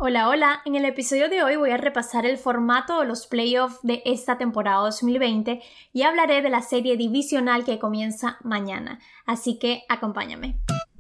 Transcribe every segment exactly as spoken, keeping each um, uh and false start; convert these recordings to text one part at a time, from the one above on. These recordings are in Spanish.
Hola, hola, en el episodio de hoy voy a repasar el formato de los playoffs de esta temporada dos mil veinte y hablaré de la serie divisional que comienza mañana, así que acompáñame.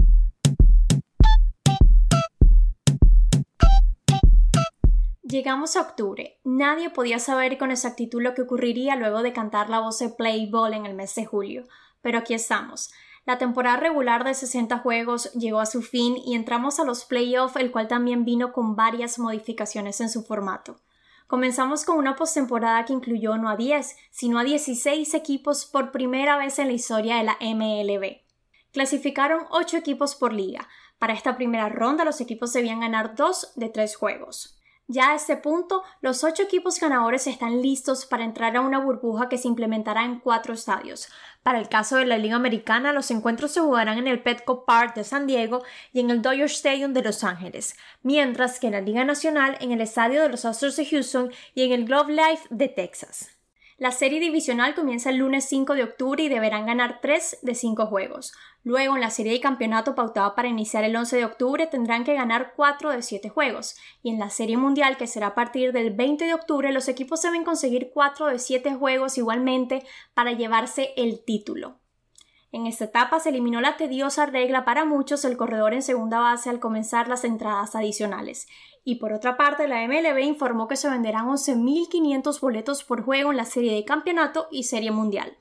Llegamos a octubre. Nadie podía saber con exactitud lo que ocurriría luego de cantar la voz de Play Ball en el mes de julio, pero aquí estamos. La temporada regular de sesenta juegos llegó a su fin y entramos a los playoffs, el cual también vino con varias modificaciones en su formato. Comenzamos con una postemporada que incluyó no a diez, sino a dieciséis equipos por primera vez en la historia de la M L B. Clasificaron ocho equipos por liga. Para esta primera ronda los equipos debían ganar dos de tres juegos. Ya a este punto, los ocho equipos ganadores están listos para entrar a una burbuja que se implementará en cuatro estadios. Para el caso de la Liga Americana, los encuentros se jugarán en el Petco Park de San Diego y en el Dodger Stadium de Los Ángeles, mientras que en la Liga Nacional en el estadio de los Astros de Houston y en el Globe Life de Texas. La serie divisional comienza el lunes cinco de octubre y deberán ganar tres de cinco juegos. Luego, en la serie de campeonato pautada para iniciar el once de octubre, tendrán que ganar cuatro de siete juegos. Y en la serie mundial, que será a partir del veinte de octubre, los equipos deben conseguir cuatro de siete juegos igualmente para llevarse el título. En esta etapa se eliminó la tediosa regla para muchos el corredor en segunda base al comenzar las entradas adicionales. Y por otra parte, la M L B informó que se venderán once mil quinientos boletos por juego en la serie de campeonato y serie mundial.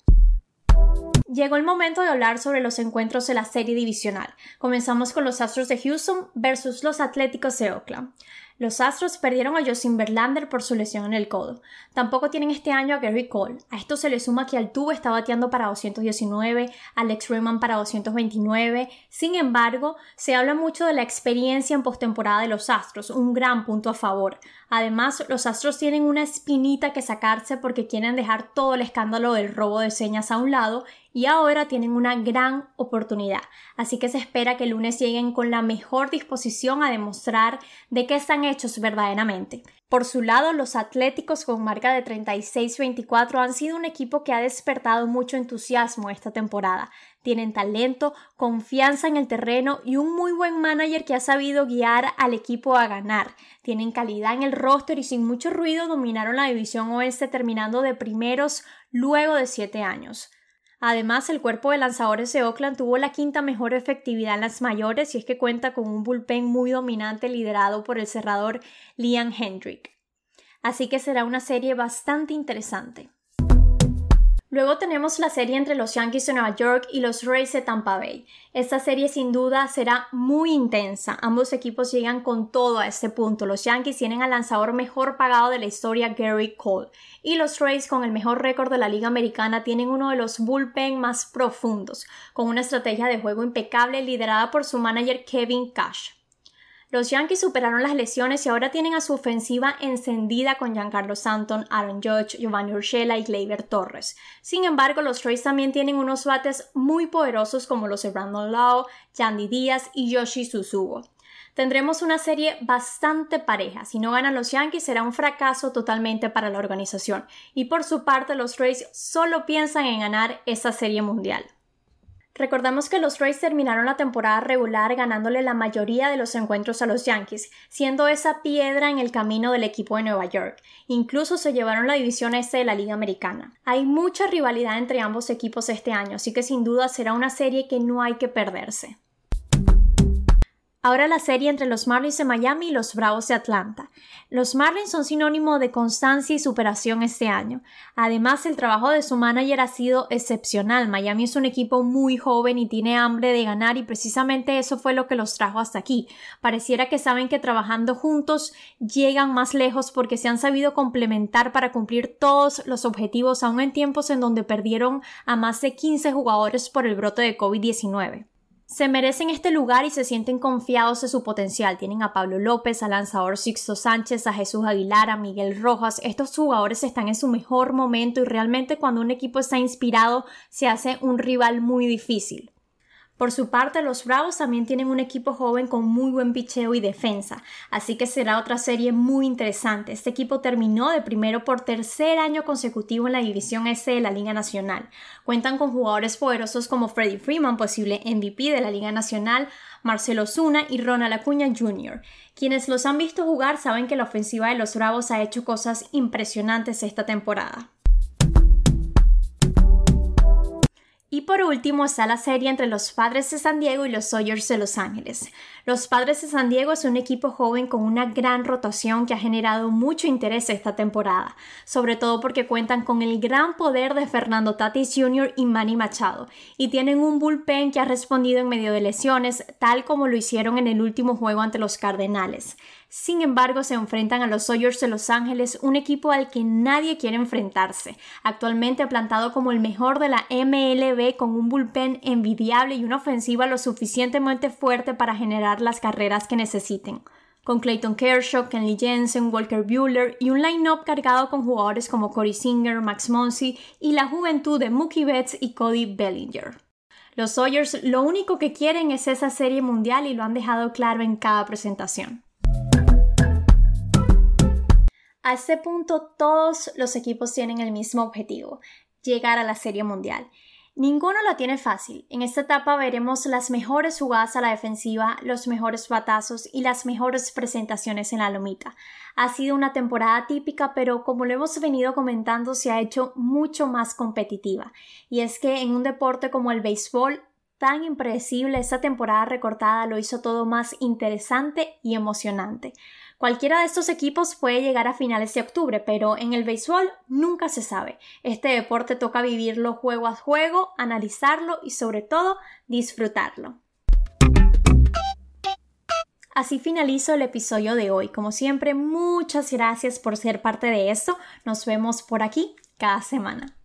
Llegó el momento de hablar sobre los encuentros de la serie divisional. Comenzamos con los Astros de Houston versus los Atléticos de Oakland. Los Astros perdieron a Justin Verlander por su lesión en el codo. Tampoco tienen este año a Gerrit Cole. A esto se le suma que Altuve está bateando para doscientos diecinueve, Alex Bregman para doscientos veintinueve. Sin embargo, se habla mucho de la experiencia en postemporada de los Astros, un gran punto a favor. Además, los Astros tienen una espinita que sacarse porque quieren dejar todo el escándalo del robo de señas a un lado y ahora tienen una gran oportunidad. Así que se espera que el lunes lleguen con la mejor disposición a demostrar de qué están hechos verdaderamente. Por su lado, los Atléticos con marca de treinta y seis veinticuatro han sido un equipo que ha despertado mucho entusiasmo esta temporada. Tienen talento, confianza en el terreno y un muy buen manager que ha sabido guiar al equipo a ganar. Tienen calidad en el roster y sin mucho ruido dominaron la división oeste terminando de primeros luego de siete años. Además, el cuerpo de lanzadores de Oakland tuvo la quinta mejor efectividad en las mayores y es que cuenta con un bullpen muy dominante liderado por el cerrador Liam Hendriks. Así que será una serie bastante interesante. Luego tenemos la serie entre los Yankees de Nueva York y los Rays de Tampa Bay. Esta serie sin duda será muy intensa. Ambos equipos llegan con todo a este punto. Los Yankees tienen al lanzador mejor pagado de la historia, Gerrit Cole. Y los Rays, con el mejor récord de la Liga Americana, tienen uno de los bullpen más profundos, con una estrategia de juego impecable liderada por su manager Kevin Cash. Los Yankees superaron las lesiones y ahora tienen a su ofensiva encendida con Giancarlo Stanton, Aaron Judge, Giovanni Urshela y Gleyber Torres. Sin embargo, los Rays también tienen unos bates muy poderosos como los de Brandon Lowe, Yandy Díaz y Yoshi Tsutsugo. Tendremos una serie bastante pareja. Si no ganan los Yankees será un fracaso totalmente para la organización. Y por su parte, los Rays solo piensan en ganar esta serie mundial. Recordamos que los Rays terminaron la temporada regular ganándole la mayoría de los encuentros a los Yankees, siendo esa piedra en el camino del equipo de Nueva York. Incluso se llevaron la división este de la Liga Americana. Hay mucha rivalidad entre ambos equipos este año, así que sin duda será una serie que no hay que perderse. Ahora la serie entre los Marlins de Miami y los Bravos de Atlanta. Los Marlins son sinónimo de constancia y superación este año. Además, el trabajo de su manager ha sido excepcional. Miami es un equipo muy joven y tiene hambre de ganar y precisamente eso fue lo que los trajo hasta aquí. Pareciera que saben que trabajando juntos llegan más lejos porque se han sabido complementar para cumplir todos los objetivos aún en tiempos en donde perdieron a más de quince jugadores por el brote de COVID diecinueve. Se merecen este lugar y se sienten confiados de su potencial. Tienen a Pablo López, al lanzador Sixto Sánchez, a Jesús Aguilar, a Miguel Rojas. Estos jugadores están en su mejor momento y realmente cuando un equipo está inspirado se hace un rival muy difícil. Por su parte, los Bravos también tienen un equipo joven con muy buen picheo y defensa, así que será otra serie muy interesante. Este equipo terminó de primero por tercer año consecutivo en la División Este de la Liga Nacional. Cuentan con jugadores poderosos como Freddie Freeman, posible M V P de la Liga Nacional, Marcell Ozuna y Ronald Acuña junior Quienes los han visto jugar saben que la ofensiva de los Bravos ha hecho cosas impresionantes esta temporada. Y por último está la serie entre los Padres de San Diego y los Dodgers de Los Ángeles. Los Padres de San Diego es un equipo joven con una gran rotación que ha generado mucho interés esta temporada, sobre todo porque cuentan con el gran poder de Fernando Tatis junior y Manny Machado, y tienen un bullpen que ha respondido en medio de lesiones, tal como lo hicieron en el último juego ante los Cardenales. Sin embargo, se enfrentan a los Dodgers de Los Ángeles, un equipo al que nadie quiere enfrentarse, actualmente plantado como el mejor de la M L B con un bullpen envidiable y una ofensiva lo suficientemente fuerte para generar las carreras que necesiten. Con Clayton Kershaw, Kenley Jensen, Walker Buehler y un line-up cargado con jugadores como Corey Seager, Max Muncy y la juventud de Mookie Betts y Cody Bellinger. Los Dodgers lo único que quieren es esa serie mundial y lo han dejado claro en cada presentación. A este punto, todos los equipos tienen el mismo objetivo, llegar a la Serie Mundial. Ninguno lo tiene fácil. En esta etapa veremos las mejores jugadas a la defensiva, los mejores batazos y las mejores presentaciones en la lomita. Ha sido una temporada típica, pero como lo hemos venido comentando, se ha hecho mucho más competitiva. Y es que en un deporte como el béisbol, tan impredecible, esta temporada recortada lo hizo todo más interesante y emocionante. Cualquiera de estos equipos puede llegar a finales de octubre, pero en el béisbol nunca se sabe. Este deporte toca vivirlo juego a juego, analizarlo y sobre todo disfrutarlo. Así finalizo el episodio de hoy. Como siempre, muchas gracias por ser parte de esto. Nos vemos por aquí cada semana.